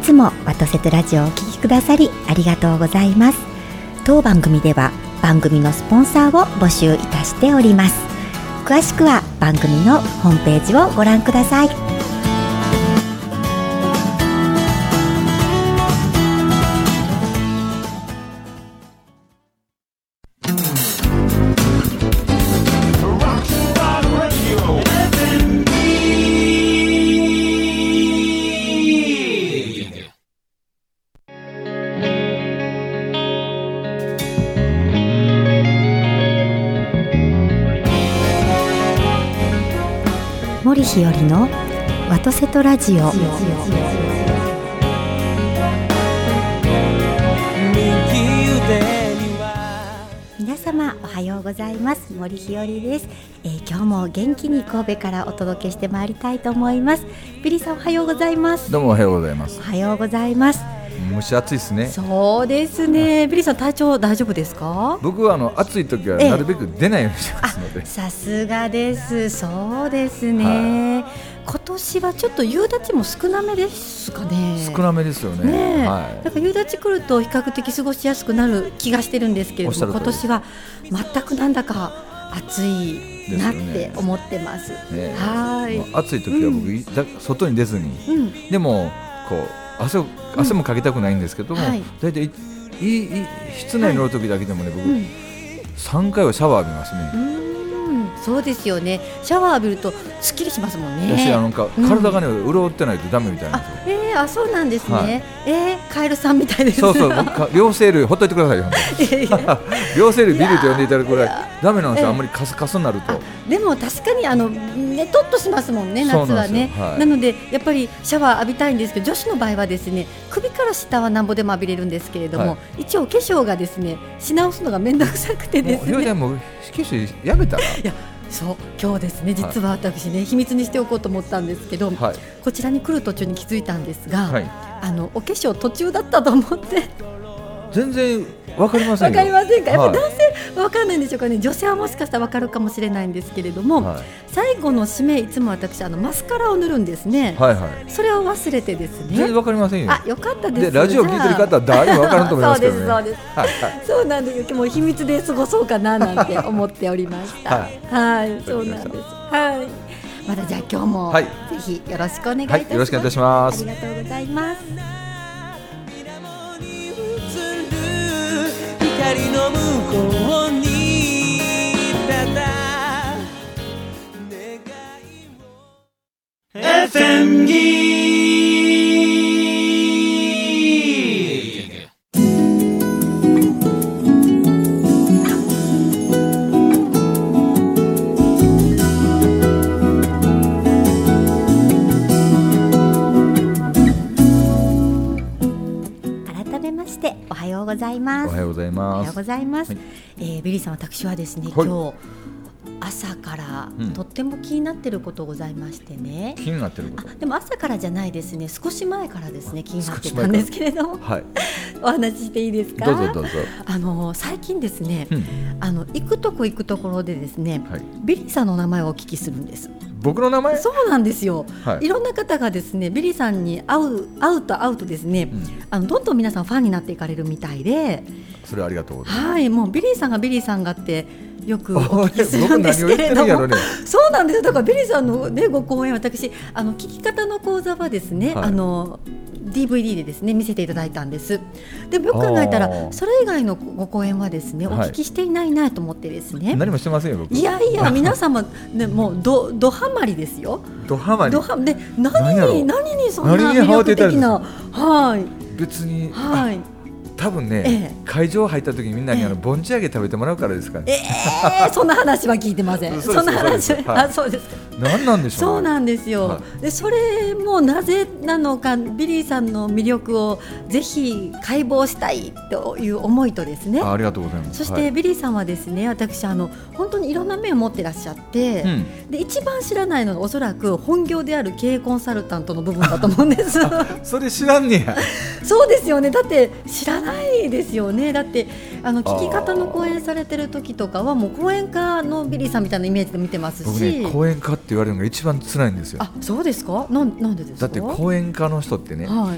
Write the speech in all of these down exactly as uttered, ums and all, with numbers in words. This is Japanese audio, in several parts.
つもワトセトラジオをお聞きくださりありがとうございます。当番組では番組のスポンサーを募集いたしております。詳しくは番組のホームページをご覧ください。森日和のワトセトラジオ。皆様おはようございます。森日和です、えー、今日も元気に神戸からお届けしてまいりたいと思います。ビリーさんおはようございます。 どうもおはようございます。 おはようございます。 蒸し暑いですね。 そうですね。ビリーさん体調大丈夫ですか？ 僕はあの暑い時はなるべく出ないようにしますので。 さすがです。そうですね、はい、今年はちょっと夕立も少なめですかね。 少なめですよ ね, ね、はい、 だから夕立来ると比較的過ごしやすくなる気がしてるんですけれども、今年は全くなんだか暑いなって思ってます、ね、はい、 暑い時は僕、うん、外に出ずに、うん、でもこう汗を汗もかけたくないんですけども、うん、はい、だいたいいいい室内に乗る時だけでもね、はい、僕、うん、さんかいはシャワー浴びますね。 うん、そうですよね。シャワー浴びるとすっきりしますもんね。 私なんか体がね、うん、潤ってないとダメみたいなんですよ。 あ、えー、あ、そうなんですね、はい、えー、カエルさんみたいです。 そうそう、僕両生類ほっといてくださいよ両生類ビリと呼んでいただくぐらいダメなんですよ。あんまりカスカスになると。 でも確かにあのねとっとしますもんね、夏はね。 な,、はい、なのでやっぱりシャワー浴びたいんですけど、女子の場合はですね、首から下はなんぼでも浴びれるんですけれども、はい、一応化粧がですねし直すのがめんどくさくてですね。 もうもう化粧やめたら。いや、 そう、今日ですね、実は私ね、はい、秘密にしておこうと思ったんですけど、はい、こちらに来る途中に気づいたんですが、はい、あのお化粧途中だったと思って全然わかりませんよ。 わかりませんか？やっぱり男性わかんないんでしょうかね。女性はもしかしたらわかるかもしれないんですけれども、はい、最後の締めいつも私あのマスカラを塗るんですね、はいはい、それを忘れてですね。 全然わかりませんよ。 あ、よかったです。 でラジオ聞いてる方は誰もわからんと思いますけどねそうです、そうです、はいはい、そうなんですよ。もう秘密で過ごそうかななんて思っておりましたはい、はい、そうなんです。はい、またじゃあ今日も、はい、ぜひよろしくお願いいたします、はい、 よろしくお願いいたします。 ありがとうございます。 光の向こうにただ願いを エフエム ギー改めましておはようございます。 おはようございます。 おはようございます、はい、えー、ビリーさん、私はですね、今日朝からとっても気になっていることございましてね、 うん、気になってること。 あ、でも朝からじゃないですね、少し前からですね気になってたんですけれども、はい、お話ししていいですか？ どうぞどうぞ。あの最近ですね、うん、あの行くとこ行くところでですね、はい、ビリーさんの名前をお聞きするんです。 僕の名前？ そうなんですよ、はい、いろんな方がですねビリーさんに会う会うと会うとですね、うん、あのどんどん皆さんファンになっていかれるみたいで。 それはありがとうございます。 はい、もうビリーさんがビリーさんがってよくお聞きするんですけれども、ね、そうなんですよ。だからビリーさんの、ね、ご講演、私あの聞き方の講座はですね、はい、あの ディーブイディー でですね見せていただいたんです。でもよく考えたらそれ以外のご講演はですねお聞きしていないなと思ってですね、 はい、何もしてませんよ僕。 いやいや皆様、ね、もうどどハマりですよ。 どハマり。 どハマで何に何にそんな魅力的な、はい、 別に、 はい、 多分ね、ええ、会場入った時にみんなにあのぼんち揚げ食べてもらうからですかね。 えー、そんな話は聞いてません。そんな話は、はい、あ、そうですか。 何なんでしょう、ね、 そうなんですよ、はい、でそれもなぜなのか、ビリーさんの魅力をぜひ解剖したいという思いとですね。 あ, ありがとうございます。 そして、はい、ビリーさんはですね、私あの本当にいろんな面を持ってらっしゃって、うん、で一番知らないのがおそらく本業である経営コンサルタントの部分だと思うんですそれ知らんねや。 そうですよね。だって知らないですよね。だってあの聞き方の講演されてる時とかはもう講演家のビリーさんみたいなイメージで見てますし、 僕ね、講演家って言われるのが一番辛いんですよ。 あ、そうですか。な、なんでですか。 だって講演家の人ってね、はい、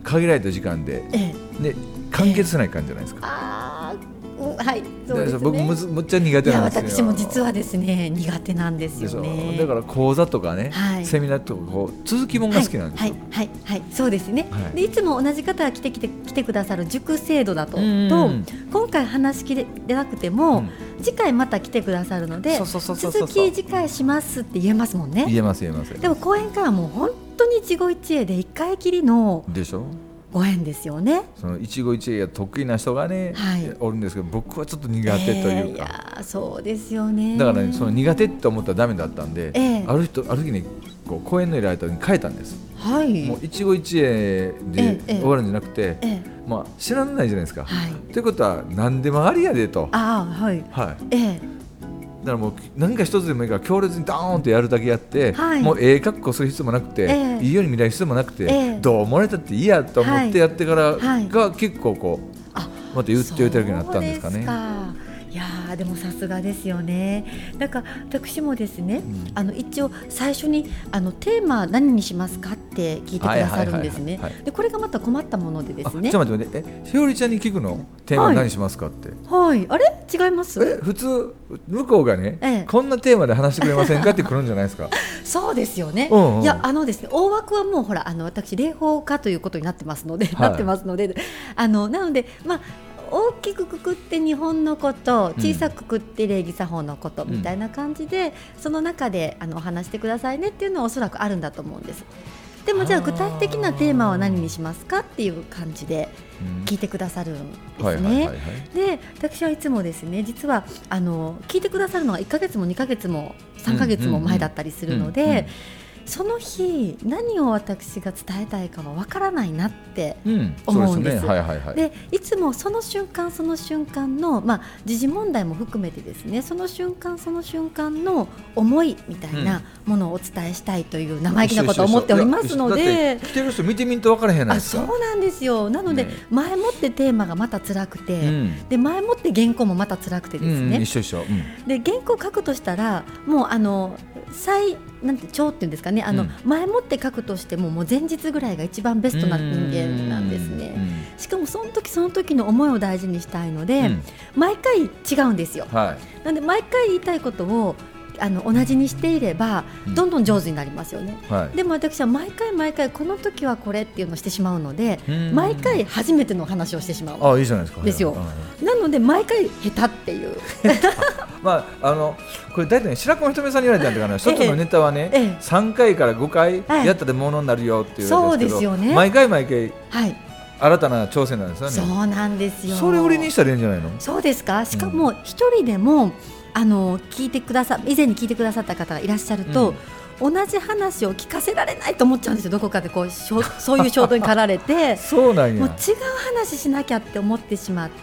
限られた時間で、ええ、で完結しない感じじゃないですか。 ええ、あはい、そうですね、 僕むずむっちゃ苦手なんですよ。 いや私も実はですね苦手なんですよね。 だから講座とかね、はい、セミナーとかこう続きもんが好きなんですよ。 はいはいはい、はい、そうですね、はい、でいつも同じ方が来て来て来てくださる塾制度だと、と今回話しきれなくても、うん、次回また来てくださるので続き次回しますって言えますもんね。 言えます言えます。 でも講演会はもう本当に一期一会で一回きりのでしょご縁ですよね。 その一期一会が得意な人がね、はい、おるんですけど僕はちょっと苦手というか、えー、いやそうですよね。 だから、ね、その苦手って思ったらダメだったんで、えー、ある人ある日にこう講演の依頼とに変えたんです、はい、もう一期一会で終わるんじゃなくて、えーえーまあ、知らないじゃないですか、はい、ということは何でもありやでと。 あ、はいはい、えーだからもう何か一つでもいいから強烈にドーンとやるだけやって、はい、もうええ格好する必要もなくて、えー、いいように見られる必要もなくて、えー、どう思われたっていいやと思ってやってからが結構こう、はい、また言っておいてるようになったんですかね。 いやでもさすがですよね。だから私もですね、うん、あの一応最初にあのテーマ何にしますかって聞いてくださるんですね。でこれがまた困ったものでですね。 ちょっと待って待って、え、ひよりちゃんに聞くのテーマ何しますかって。 はい、はい、あれ違います。 え普通向こうがね、ええ、こんなテーマで話してくれませんかって来るんじゃないですか。 そうですよね。うんうん、いやあのですね大枠はもうほらあの私霊法家ということになってますので、はい、なってますのであのなのでまあ大きくくくって日本のこと小さくくくって礼儀作法のことみたいな感じで、うん、その中であのお話してくださいねっていうのはおそらくあるんだと思うんです。でもじゃあ具体的なテーマは何にしますかっていう感じで聞いてくださるんですね。で私はいつもですね実はあの聞いてくださるのがいっかげつもにかげつもさんかげつも前だったりするので、その日何を私が伝えたいかはわからないなって思うんです。でいつもその瞬間その瞬間の、まあ、時事問題も含めてですねその瞬間その瞬間の思いみたいなものをお伝えしたいという生意気なことを思っておりますので、 来てる人見てみんと分からへんないですか。 あそうなんですよ。なので、ね、前もってテーマがまた辛くて、うん、で前もって原稿もまた辛くてですね、 うん、一緒一緒、うん、 で原稿書くとしたらもうあの最なんて長っていうんですかねあの、うん、前もって書くとしてももう前日ぐらいが一番ベストな人間なんですね。しかもその時その時の思いを大事にしたいので、うん、毎回違うんですよ、はい、なので毎回言いたいことをあの同じにしていればどんどん上手になりますよね、うんはい、でも私は毎回毎回この時はこれっていうのをしてしまうので毎回初めての話をしてしまうんですよ。 あいいじゃないですか。ですよ、 なので毎回下手っていうまああのこれ大体ね白熊ひとみさんに言われたんだから、ね、一つのネタはね、ええ、さんかいからごかいやったでものになるよっていうやつですけど、そうですよね、毎回毎回、はい、新たな挑戦なんですよね。 そうなんですよ。 それ売りにしたらいいんじゃないの。 そうですか。しかも一人でも、うん、あの聞いてくださ以前に聞いてくださった方がいらっしゃると、うん、同じ話を聞かせられないと思っちゃうんですよ。どこかでこうしょそういう衝動に駆られてそうなんや、 もう違う話しなきゃって思ってしまって、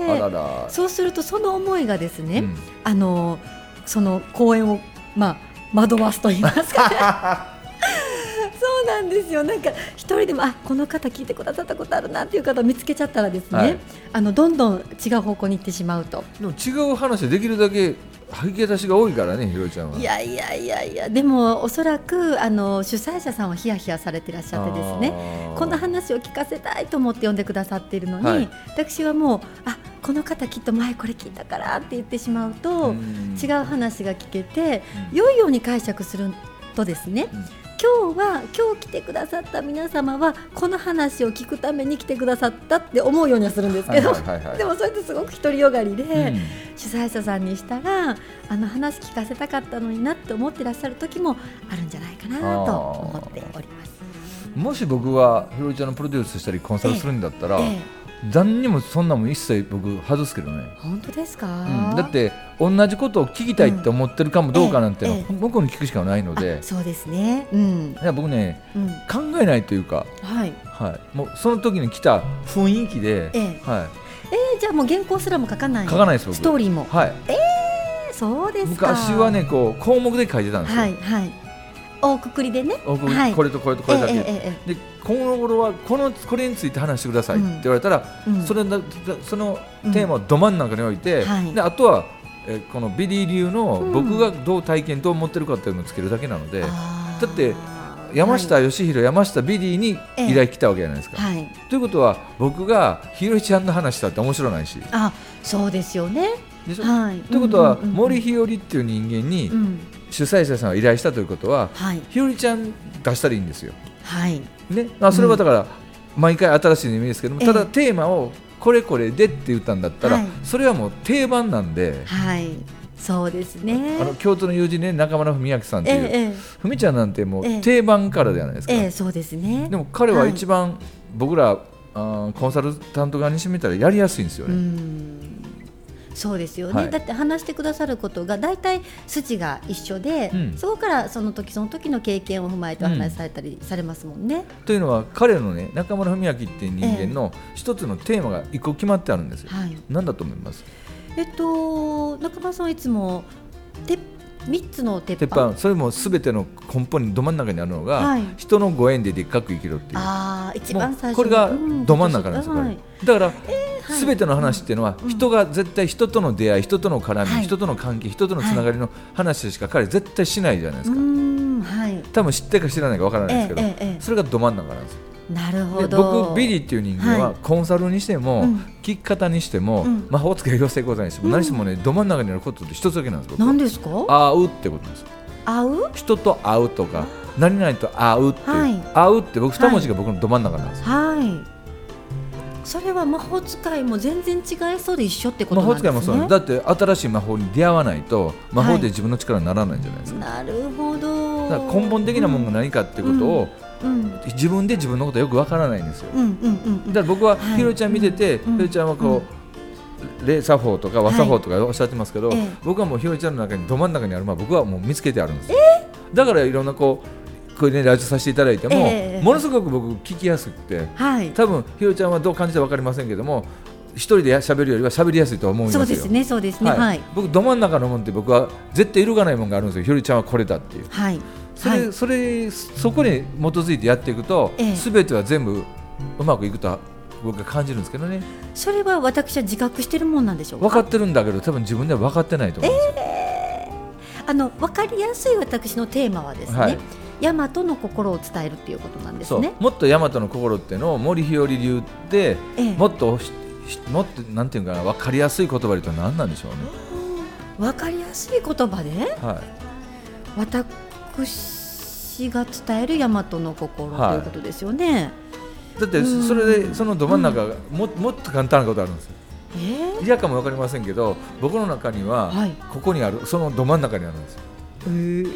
あらら、そうするとその思いがですね、うん、あのその講演を、まあ、惑わすと言いますかねそうなんですよ。なんか一人でもあこの方聞いてくださったことあるなっていう方を見つけちゃったらですね、はい、あのどんどん違う方向に行ってしまうと。 でも違う話できるだけ吐き出しが多いからねひろちゃんは。 いやいやいやいやでもおそらくあの主催者さんはヒヤヒヤされていらっしゃってですね、この話を聞かせたいと思って呼んでくださっているのに、はい、私はもうあこの方きっと前これ聞いたからって言ってしまうと違う話が聞けて、うん、良いように解釈するとですね、うん、今日は今日来てくださった皆様はこの話を聞くために来てくださったって思うようにはするんですけど、でもそれってすごく独りよがりで、うん、主催者さんにしたらあの話聞かせたかったのになって思ってらっしゃる時もあるんじゃないかなと思っております。 もし僕はひろりちゃんのプロデュースしたりコンサルするんだったら、ええええ何にもそんなもん一切僕外すけどね。 本当ですか、 うん、だって同じことを聞きたいって思ってるかもどうかなんてのは、うんええ、僕に聞くしかないので。 そうですね、うん、 いや僕ね、うん、考えないというか、はいはい、もうその時に来た雰囲気で、ええはいえー、じゃあもう原稿すらも書かない。 書かないです僕。 ストーリーも、 はい、 えー、そうですか。 昔はねこう項目で書いてたんですよ。はいはい、 大くくりでね、 大くくり、はい、これとこれとこれだけ、ええええ、でこの頃はこのこれについて話してくださいって言われたら、うん、それだそのテーマをど真ん中に置いて、うんはい、であとはえこのビリー流の僕がどう体験どう思ってるかっていうのをつけるだけなので、うん、だって山下義弘、山下ビリーに依頼来たわけじゃないですか、 はい、 ということは僕がひよりちゃんの話したって面白ないし、 あ、そうですよね。 でしょ、 はい、 ということは、 うんうんうん、 森ひよりっていう人間に主催者さんが依頼したということは、 はい、 ひよりちゃん出したらいいんですよ、 はいね、あそれはだから、うん、毎回新しい意味ですけども、ただテーマをこれこれでって言ったんだったら、はい、それはもう定番なんで、 はい、そうですね。 あの京都の友人ね、中村文明さんっていう、 ええ、 文ちゃんなんてもう定番からじゃないですか、 ええええ、そうですね。 でも彼は一番、はい、僕らあコンサルタント側にしてみたらやりやすいんですよね。うん、 そうですよね、 はい、 だって話してくださることが大体筋が一緒で、うん、そこからその時その時の経験を踏まえてお話しされたりされますもんね、うん、 というのは彼のね、中村文明っていう人間の一つのテーマが一個決まってあるんですよ、はい、何だと思います？ えっと、中村さんはいつもてみっつの鉄板、 鉄板、それもすべての根本にど真ん中にあるのが、はい、人のご縁ででっかく生きろっていう、 あ、一番最初これがど真ん中なんですよ、はい、だから、 えーはい、 すべての話っていうのは、うん、人が絶対人との出会い、人との絡み、はい、人との関係、人とのつながりの話しか彼絶対しないじゃないですか、 うん、はい、 多分知ってるか知らないかわからないですけど、 えーえーえー、 それがど真ん中なんですよ。 なるほど。 僕ビリーっていう人間は、はい、コンサルにしても、うん、聞き方にしても、うん、魔法使い養成講座にしても、うん、何してもね、ど真ん中にあることって一つだけなんですよ。 何ですか？ 会うってことなんですよ。 会う？ 人と会うとか何々と会うって、はい、会うって僕二文字が僕のど真ん中なんですよ。 はい、それは魔法使いも全然違いそうで一緒ってことなんですね。 魔法使いもそうだって新しい魔法に出会わないと魔法で自分の力にならないんじゃないですか、 はい、なるほど。 だから根本的なものが何かってことを、うんうん、自分で自分のことよくわからないんですよ、うんうんうん、だから僕はひろりちゃん見てて、ひろりちゃんはこう霊作法とか和作法とかおっしゃってますけど、はい、僕はもうひろりちゃんの中にど真ん中にある、まあ、僕はもう見つけてあるんですよ、えー、だからいろんなこうこれねラジオさせていただいても、えー、ものすごく僕聞きやすくて、はい、多分ひろりちゃんはどう感じたか分かりませんけども一人で喋るよりは喋りやすいと思いますよ。 そうですね、そうですね、はいはい、僕ど真ん中のもんって僕は絶対揺るがないものがあるんですよ。ひろりちゃんはこれだっていう、 はい、 それ、はい、それそこに基づいてやっていくと、ええ、全ては全部うまくいくと僕は感じるんですけどね。 それは私は自覚してるもんなんでしょうか？ 分かってるんだけど多分自分では分かってないと思うんですよ、 えー、あの分かりやすい私のテーマはですね、はい、大和の心を伝えるっていうことなんですね。 そう、もっと大和の心っていうのを森ひより流で、ええ、もっともっとなんていうかな分かりやすい言葉で言うと何なんでしょうね。 分かりやすい言葉で、はい、私が伝える大和の心ということですよね、はい、だってそれでそのど真ん中が も, もっと簡単なことあるんですよ。 えー、 嫌かも分かりませんけど僕の中にはここにある、はい、そのど真ん中にあるんですよ。 えー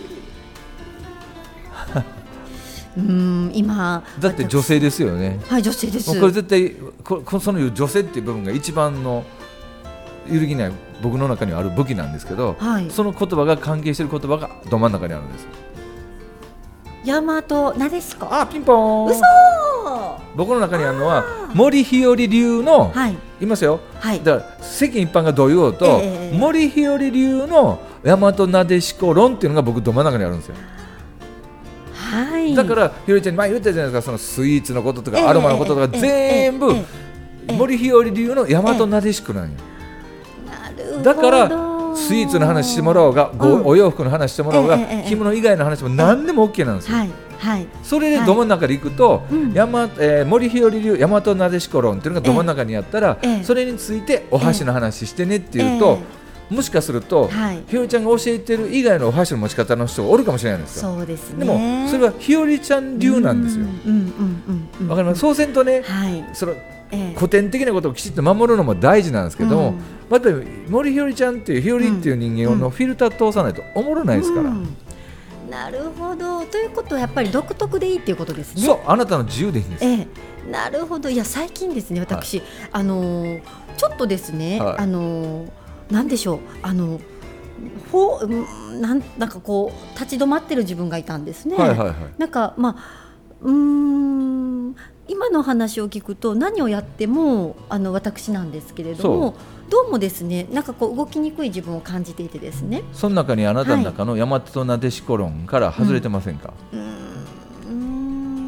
うん今だって女性ですよね。 はい、女性です。 これ絶対ここその女性っていう部分が一番の揺るぎない僕の中にはある武器なんですけど、はい、その言葉が関係している言葉がど真ん中にあるんです。 大和なでしこ。 あ、ピンポーン。 嘘。 僕の中にあるのは森ひより流の、はい、いますよ、はい、だから世間一般がどう言おうと、えー、森ひより流の大和なでしこ論っていうのが僕ど真ん中にあるんですよ。 はい、 だからひよりちゃんに前言ったじゃないですか、そのスイーツのこととか、えー、アロマのこととか、えー、全部、えーえー、森ひより流の大和なでしこなんよ、 えー、 だからスイーツの話してもらおうが、うん、お洋服の話してもらおうが、えー、着物以外の話も何でも OK なんですよ、はいはい、それでど真ん中でいくと、はい、山えー、森ひより流大和なでしこ論っていうのがど真ん中にあったら、えー、それについてお箸の話してねっていうと、えー、もしかすると、はい、ひよりちゃんが教えてる以外のお箸の持ち方の人がおるかもしれないんですよ。 そうですね。 でもそれはひよりちゃん流なんですよ。わかります。そうせんとね、はい、そのええ、古典的なことをきちっと守るのも大事なんですけども、うん、また森ひよりちゃんっていうひよりっていう人間のフィルター通さないとおもろないですから、うんうん、 なるほど。ということはやっぱり独特でいいっていうことですね。 そう、あなたの自由でいいんです、 ええ、なるほど。いや最近ですね私、はい、あのー、ちょっとですね、はい、あのー、なんでしょう、あのほうなんなんかこう立ち止まってる自分がいたんですね、はいはいはい、なんかまあうーん今の話を聞くと何をやってもあの私なんですけれども、どうもですね、なんかこう動きにくい自分を感じていてですね、 その中にあなたの中の大和なでしこ論から外れてませんか？ はい、うーん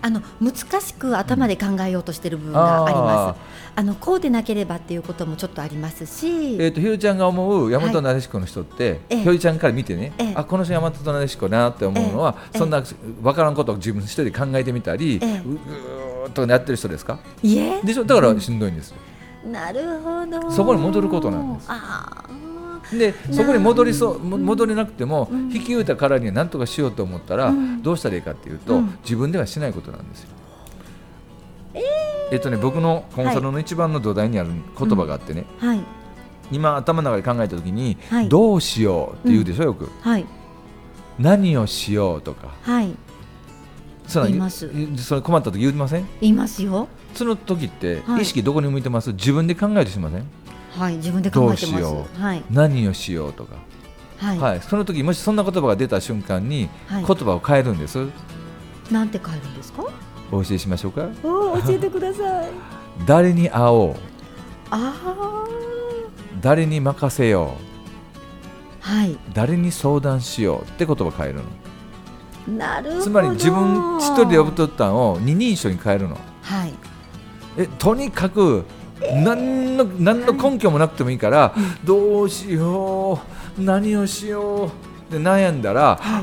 あの難しく頭で考えようとしている部分があります。あのこうでなければっていうこともちょっとありますし、 えー、とひよりちゃんが思う大和なでしこの人って、はい、ひよりちゃんから見てね、ええ、あこの人大和なでしこなって思うのは、ええ、そんな分からんことを自分一人で考えてみたり、ええ、うーっとやってる人ですか？ いえでしょ、だからしんどいんですよ、 うん、なるほど。 そこに戻ることなんです。 あでそこに戻りそう、戻れなくても、うん、引き受けたからには何とかしようと思ったら、うん、どうしたらいいかっていうと、うん、自分ではしないことなんですよ。えーえっとね、僕のコンサルの一番の土台にある言葉があってね、はい、今頭の中で考えたときに、はい、どうしようって言うでしょ、よく、はい、何をしようとか、はい、その言います。それ困った時言いません？ 言いますよ。 その時って、はい、意識どこに向いてます？自分で考えてしません？ はい、自分で考えてます。どうしよう、はい、 何をしようとか、はいはい、その時もしそんな言葉が出た瞬間に、はい、言葉を変えるんです。 なんて変えるんですか？ お教えしましょうか。 お教えてください。 誰に会おう、 あ誰に任せよう、はい、 誰に相談しようって言葉を変えるの。 なるほど。 つまり自分一人で呼ぶとったんを二人称に変えるの、 はい、 えとにかく何の、何の根拠もなくてもいいから、はい、どうしよう何をしようって悩んだら、はい、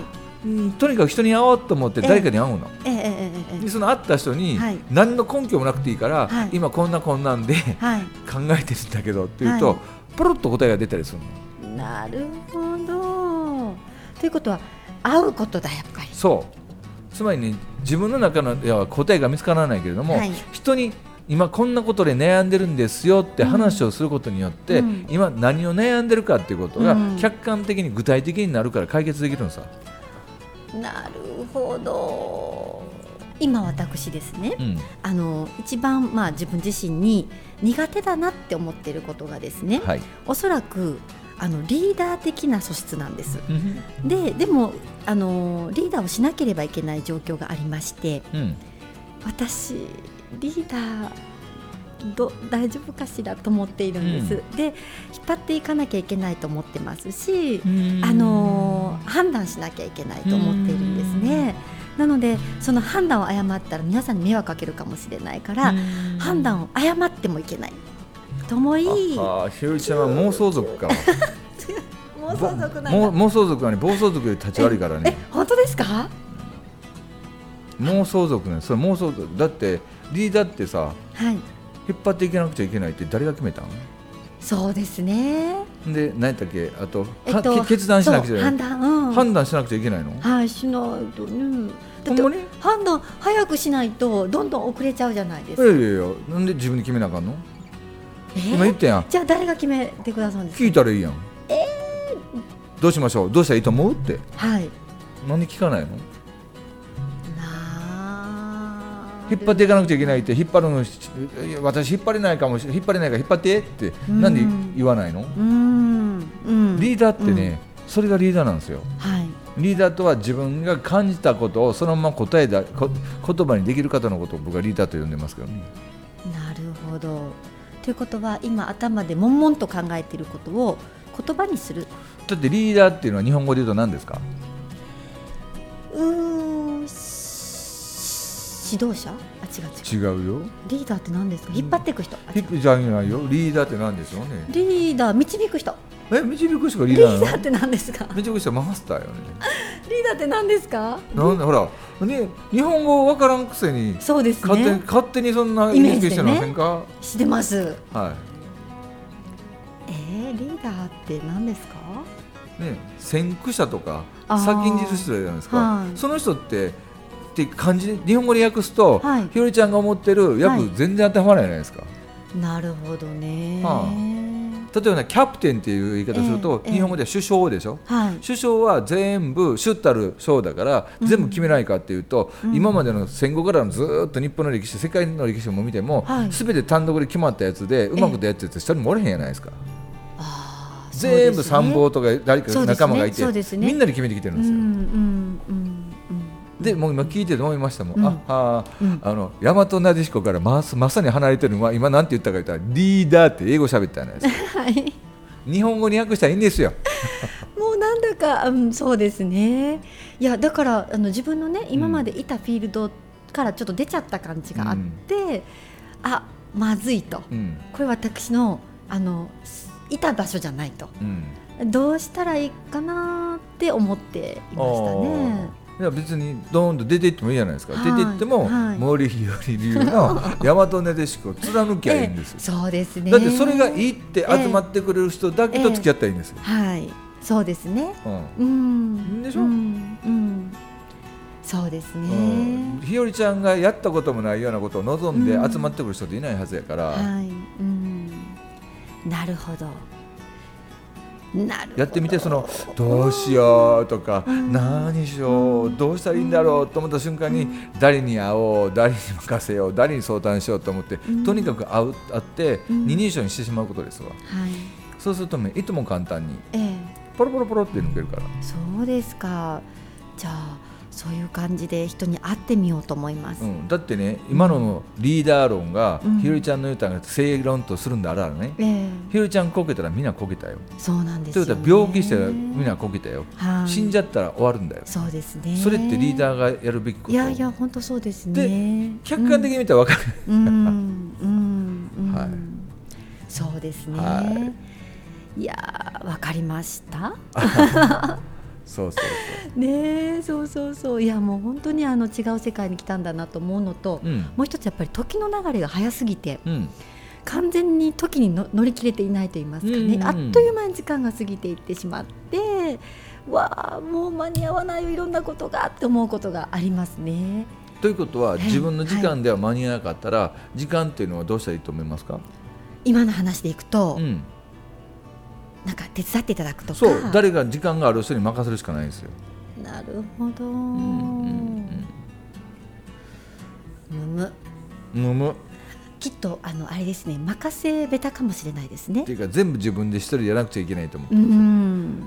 うん、とにかく人に会おうと思って誰かに会うの、ええええ、でその会った人に、はい、何の根拠もなくていいから、はい、今こんなこんなんで、はい、考えてるんだけどっていうと、はい、ポロッと答えが出たりするの。 なるほど。ということは会うことだ、やっぱり。 そうつまりね、自分の中のいや答えが見つからないけれども、はい、人に今こんなことで悩んでるんですよって話をすることによって、うん、今何を悩んでるかっていうことが客観的に具体的になるから解決できるんですよ。 なるほど。今私ですね、うん、あの一番、まあ、自分自身に苦手だなって思っていることがですね、はい、おそらくあのリーダー的な素質なんです、うん、で, でもあのリーダーをしなければいけない状況がありまして、うん、私リーダーど大丈夫かしらと思っているんです、うん、で引っ張っていかなきゃいけないと思ってますし、あの判断しなきゃいけないと思っているんですね。なのでその判断を誤ったら皆さんに迷惑かけるかもしれないから判断を誤ってもいけないと思い、 ああ、ひよりちゃんは妄想族か妄想族なんだ。 妄想族はね、暴走族より立ち悪いからね。 本当ですか？ 妄想族ね、それ妄想族だって。リーダーってさ、はい、引っ張っていけなくちゃいけないって誰が決めたん？ そうですね。 で何やったっけ、あと、えっと、決断しなくちゃいけない。判断、うん、判断しなくちゃいけないの？ はい、しないとね。だって判断早くしないとどんどん遅れちゃうじゃないですか。 いやいやいや、なんで自分で決めなあかんの？えー、今言ったやん。 じゃあ誰が決めてくださるんですか？ 聞いたらいいやん。 えー、どうしましょう、どうしたらいいと思うって。 はい。 なんで聞かないの？引っ張っていかなくちゃいけないって、引っ張るの私引っ張れないかもしれない、引っ張れないから引っ張ってってなんで言わないの？うん、うん、リーダーってね、うん、それがリーダーなんですよ、はい、リーダーとは自分が感じたことをそのまま答えだ言葉にできる方のことを僕はリーダーと呼んでますけどね。 なるほど。ということは今頭で悶々と考えていることを言葉にする。 だってリーダーっていうのは日本語で言うと何ですか？ うーん、指導者？あ、違う違う。 違うよ。 リーダーって何ですか？引っ張っていく人。 じゃないよ。リーダーって何でしょうね。 リーダー、導く人。 え、導く人がリーダーなの？ リーダーって何ですか？ 導く人はマスターよね。 リーダーって何ですか？ なんでほら、ね、日本語わからんくせに。 そうですね。 勝手に勝手にそんなイメージしてませんか？ してます。 はい。 えー、リーダーって何ですか？ ね、先駆者とか先んじる人じゃないですか。はい、その人って。って感じで日本語で訳すと、はい、ひよりちゃんが思ってる訳全然当てはまらないじゃないですか、はい、 なるほどね、 はあ、例えば、ね、キャプテンっていう言い方すると、えー、日本語では首相でしょ、えー、首相は全部主たる将だから、うん、全部決めないかっていうと、うん、今までの戦後からのずっと日本の歴史世界の歴史も見ても、はい、全て単独で決まったやつでうまくやってて一人もおれへんじゃないですか。あ、全部参謀とか誰か仲間がいて、ねね、みんなで決めてきてるんですよ、うんうんうんでもう今聞いてて思いましたもん、うん、ああ、うん、あの大和なでしこからま さ, まさに離れてるのは今なんて言ったか言ったらリーダーって英語喋ったじゃないですか、はい、日本語に訳したらいいんですよもうなんだか、うん、そうですね。いやだからあの自分のね今までいたフィールド、うん、 からちょっと出ちゃった感じがあって、うん、あまずいと、うん、これ私のあのいた場所じゃないと、うん、どうしたらいいかなって思っていましたね。 いや別にドーンと出ていってもいいじゃないですか、はい、出ていっても、はい、毛利日和流の大和撫子を貫きゃいいんですよ、 ええ、そうですね。 だってそれがいいって集まってくれる人だけと付き合ったらいいんですよ、 ええええ、はいそうですね、 うん、うんでしょ、 うんうん、そうですね、 うん、日和ちゃんがやったこともないようなことを望んで集まってくる人っていないはずやから、 うんはいうん、なるほどなるほど。 やってみて、そのどうしようとか、うん、何しよう、うん、どうしたらいいんだろうと思った瞬間に、うん、誰に会おう、誰に任せよう、誰に相談しようと思って、うん、とにかく会う会って、うん、二人称にしてしまうことですわ、はい、そうするとね、いとも簡単に、ええ、ポロポロポロって抜けるから。 そうですか。じゃあそういう感じで人に会ってみようと思います、 うん、だってね、今のリーダー論が、うん、ひろりちゃんの言うたら正論とするんだあららね、えー、ひろりちゃんこけたらみんなこけたよ。 そうなんですよね。 ということは病気したらみんなこけたよ、はい、死んじゃったら終わるんだよ。 そうですね。 それってリーダーがやるべきこと。 いやいや本当そうですね。 で客観的に見たら分かる、 うんうんうんうん、はい、そうですね、はい、いや分かりましたそうそうそうね、そうそうそう。いやもう本当にあの違う世界に来たんだなと思うのと、うん、もう一つやっぱり時の流れが早すぎて、うん、完全に時にの乗り切れていないと言いますかね、うんうん、あっという間に時間が過ぎていってしまって、わあもう間に合わないよ、いろんなことがって思うことがありますね。 ということは、自分の時間では間に合わなかったら、はい、時間っていうのはどうしたらいいと思いますか？ 今の話でいくと、うん、なんか手伝っていただくとか、 そう、誰が時間がある人に任せるしかないんですよ。 なるほど、うんうんうん、むむむむきっとあのあれですね、任せべたかもしれないですね。 っていうか全部自分で一人やらなくちゃいけないと思ってます、うん、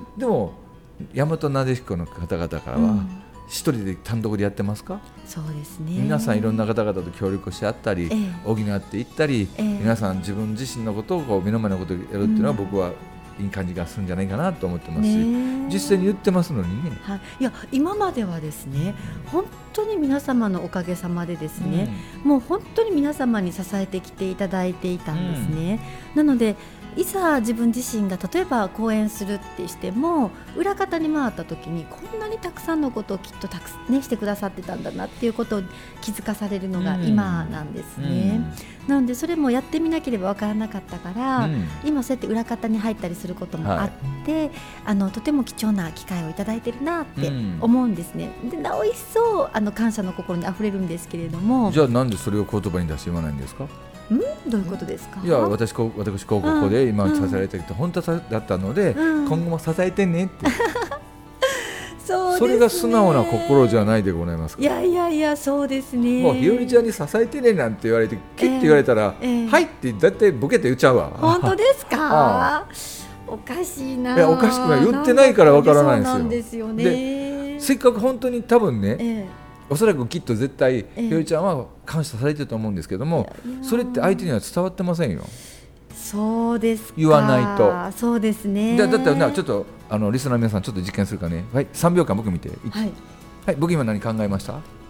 でも大和撫子の方々からは、うん、一人で単独でやってますか？そうですね。皆さんいろんな方々と協力し合ったり、ええ、補っていったり、ええ、皆さん自分自身のことをこう目の前のことをやるっていうのは、僕はいい感じがするんじゃないかなと思ってますし、ね、実際に言ってますのにね、 はい、いや今まではですね、本当に皆様のおかげさまでですね、うん、もう本当に皆様に支えてきていただいていたんですね、うん、なのでいざ自分自身が例えば講演するってしても、裏方に回った時にこんなにたくさんのことをきっとたく、ね、してくださってたんだなっていうことを気づかされるのが今なんですね、うん、なのでそれもやってみなければ分からなかったから、うん、今そうやって裏方に入ったりすることもあって、はい、あのとても貴重な機会をいただいてるなって思うんですね、うん、でなお一層あの感謝の心にあふれるんですけれども。 じゃあなんでそれを言葉に出して言わないんですか？ んどういうことですか？ いや私こ私こうここで今支えられてきて本当だったので、うん、今後も支えてねってそうですね、それが素直な心じゃないでございますか。 いやいやいやそうですね。 もうひよりちゃんに支えてねなんて言われてキュッて言われたら、えーえー、はいってだいたいボケて言っちゃうわ。 本当ですか？ああおかしいな。 いやおかしくない、言ってないからわからないんですよ。 そうなんですよね。 でせっかく本当に多分ね、えーおそらくきっと絶対ひよりちゃんは感謝されてると思うんですけども、それって相手には伝わってませんよ。 そうですか。 言わないと。 そうですね。 だ, だったらちょっとあのリスナーの皆さんちょっと実験するかね。はい、さんびょうかん僕見て。はい、はい、僕今何考えました？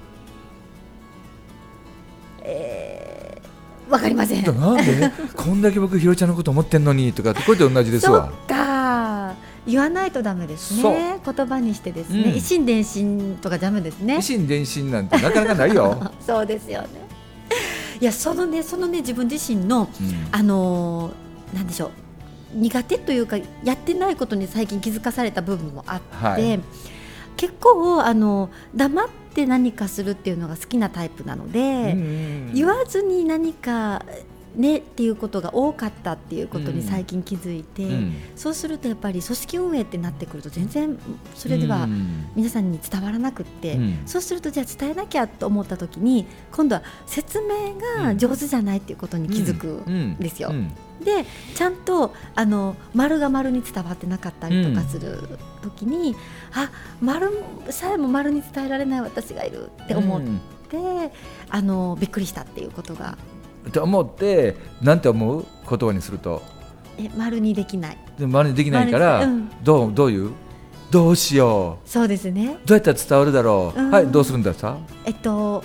えー、わかりません。 なんでこんだけ僕ひよりちゃんのこと思ってんのにとかってこれと同じですわ。 そっか。言わないとダメですね。言葉にしてですね、うん、一心伝心とかダメですね。 一心伝心なんてなかなかないよそうですよね。いやそのねそのね自分自身の、うん、あのー、なんでしょう、苦手というかやってないことに最近気づかされた部分もあって、はい、結構あの黙って何かするっていうのが好きなタイプなので、うんうんうん、言わずに何かねっていうことが多かったっていうことに最近気づいて、うん、そうするとやっぱり組織運営ってなってくると全然それでは皆さんに伝わらなくって、うん、そうするとじゃあ伝えなきゃと思った時に今度は説明が上手じゃないっていうことに気づくんですよ、うんうんうん、でちゃんとあの丸が丸に伝わってなかったりとかする時に、うん、あ丸さえも丸に伝えられない私がいるって思って、うん、あのびっくりしたっていうことがと思ってなんて思う言葉にするとえ丸にできないで丸にできないから、うん、どうどういうどうしようそうですねどうやったら伝わるだろう、うん、はいどうするんださえっと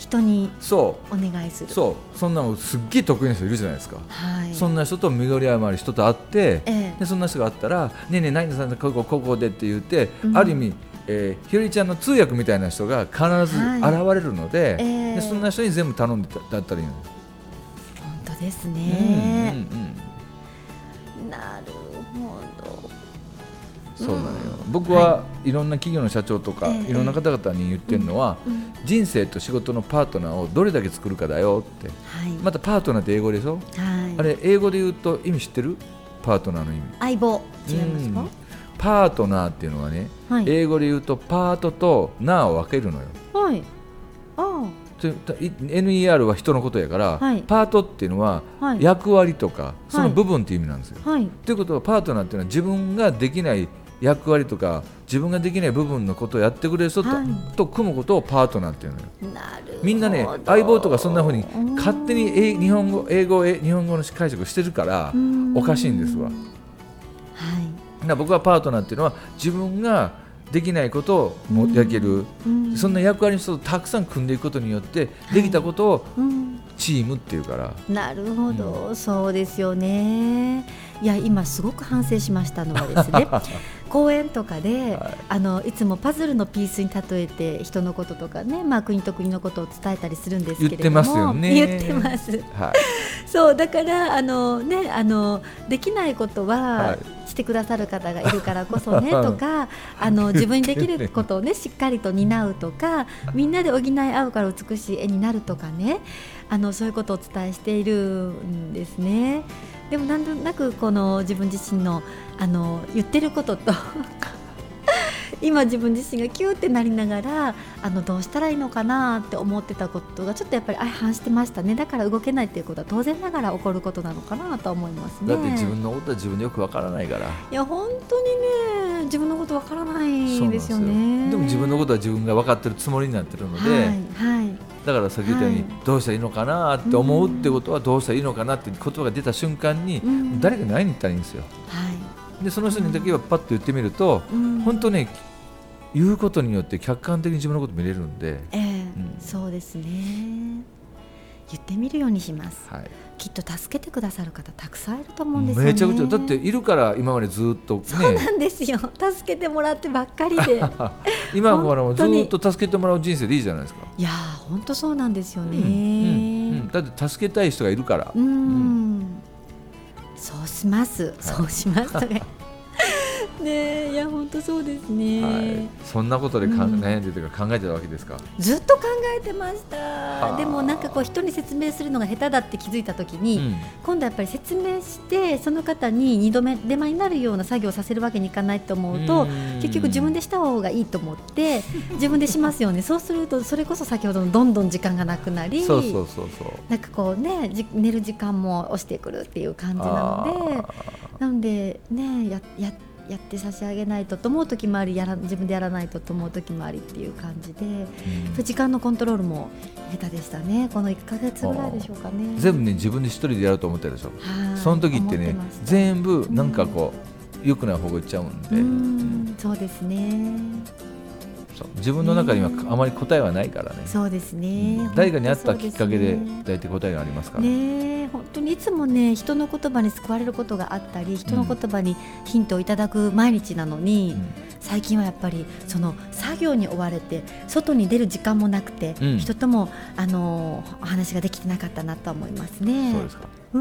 人にそお願いする。 そうそんなのすっげえ得意な人いるじゃないですか、 はい、 そんな人と巡り合うまり人と会って、 ええ、 でそんな人があったらねえねえ何々さんここここでって言って、 うん、 ある意味、えー、ひよりちゃんの通訳みたいな人が必ず現れるので、はい、えー、でそんな人に全部頼んでだったらいいの。 本当ですね、 うんうんうん、 なるほど。 そうなのよ、うん、僕はいろんな企業の社長とか、はい、いろんな方々に言ってるのは、えーうん、人生と仕事のパートナーをどれだけ作るかだよって、はい、またパートナーって英語でしょ、はい、あれ英語で言うと意味知ってる？パートナーの意味。 相棒違いますか？ うん、パートナーっていうのはね、はい、英語で言うとパートとナーを分けるのよ。はい。ああ。エヌイーアール は人のことやから、はい、パートっていうのは役割とか、はい、その部分っていう意味なんですよ。はい、ということはパートナーっていうのは自分ができない役割とか自分ができない部分のことをやってくれる人と、はい、と組むことをパートナーっていうのよ。なるほど。みんなね相棒とかそんな風に勝手に英日本語英語日本語の解釈してるからおかしいんですわ。はい、だ僕はパートナーっていうのは自分ができないことをもやける、そんな役割の人とたくさん組んでいくことによってできたことをチームっていうから、はい、 なるほど、うん、そうですよね。いや今すごく反省しましたのはですね講演とかで、はい、あのいつもパズルのピースに例えて人のこととかね、まあ、国と国のことを伝えたりするんですけれども、言ってますよね。言ってます、はい、そうだからあの、ね、あのできないことは、はい、してくださる方がいるからこそねとかあの自分にできることを、ね、しっかりと担うとかみんなで補い合うから美しい絵になるとかね、あのそういうことをお伝えしているんですね。でもなんとなくこの自分自身の、あの言ってることと今自分自身がキューってなりながらあのどうしたらいいのかなって思ってたことがちょっとやっぱり相反してましたね。だから動けないっていうことは当然ながら起こることなのかなと思いますね。 だって自分のことは自分でよくわからないから。 いや本当にね自分のことわからないですよね。 でも自分のことは自分が分かってるつもりになってるので、はいはい、だからさっき言ったように、はい、どうしたらいいのかなって思うってことはどうしたらいいのかなって言葉が出た瞬間に、うん、誰かに会いに行ったらいいんですよ。はい、でその人にだけはパッと言ってみると、うん、本当ね言うことによって客観的に自分のこと見れるんで、 えーうん、そうですね。言ってみるようにします、はい、きっと助けてくださる方たくさんいると思うんですよね。 めちゃくちゃだっているから今までずっと、ね、 そうなんですよ。助けてもらってばっかりで今からもずっと助けてもらう人生でいいじゃないですか。 いや本当そうなんですよね、うんうんうん、 だって助けたい人がいるから、 うん、うん、そうします、はい、そうしますね、いや本当そうですね、はい、 そんなことでか、うん、悩んでというか考えてたわけですか。 ずっと考えてました。でもなんかこう人に説明するのが下手だって気づいたときに、うん、今度やっぱり説明してその方ににどめ手間になるような作業をさせるわけにいかないと思うと、結局自分でした方がいいと思って自分でしますよね。そうするとそれこそ先ほどのどんどん時間がなくなり、そうそうそうそう、なんかこうね寝る時間も押してくるっていう感じなので、なのでねややってやって差し上げないとと思う時もあり、やら自分でやらないとと思う時もありっていう感じで、うん、時間のコントロールも下手でしたね。このいっかげつぐらいでしょうかね。 全部ね自分で一人でやると思ってるでしょ。その時ってね全部なんかこう良くない方向行っちゃうんで、うん、 そうですね。 自分の中にはあまり答えはないからね。 そうですね、うん、 誰かに会ったきっかけで大体答えがありますからね。本当にいつもね人の言葉に救われることがあったり、人の言葉にヒントをいただく毎日なのに、うん、最近はやっぱりその作業に追われて外に出る時間もなくて、うん、人ともあのお話ができてなかったなと思いますね。 そうですか。うん、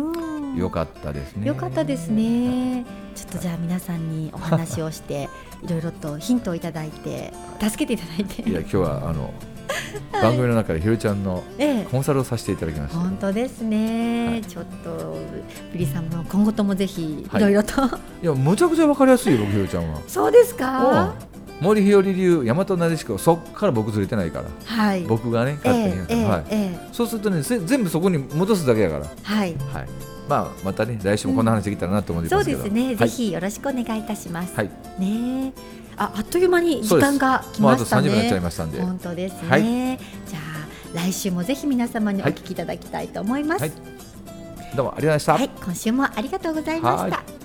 よかったですね。 よかったですね。ちょっとじゃあ皆さんにお話をしていろいろとヒントをいただいて助けていただいて、 いや今日はあの番組の中でひろちゃんのコンサルをさせていただきました、 ええ、本当ですね、はい、ちょっとビリさんも今後ともぜひいろいろと、 はい、いやむちゃくちゃ分かりやすいよ僕ひろちゃんは。 そうですか。 森ひより流大和なでしこ、そっから僕ずれてないから、はい、僕がね勝手にやった、ええはいええ、そうするとね全部そこに戻すだけやから、はいはい、まあ、またね来週もこんな話できたらなと思ってますけど、 うん、そうですね、はい、ぜひよろしくお願いいたします、はい、ねあ、あっという間に時間が来ましたね。もうあとさんじゅっぷんになっちゃいましたんで、本当ですね、はい、じゃあ来週もぜひ皆様にお聞きいただきたいと思います、はいはい、 どうもありがとうございました、 はい、今週もありがとうございました。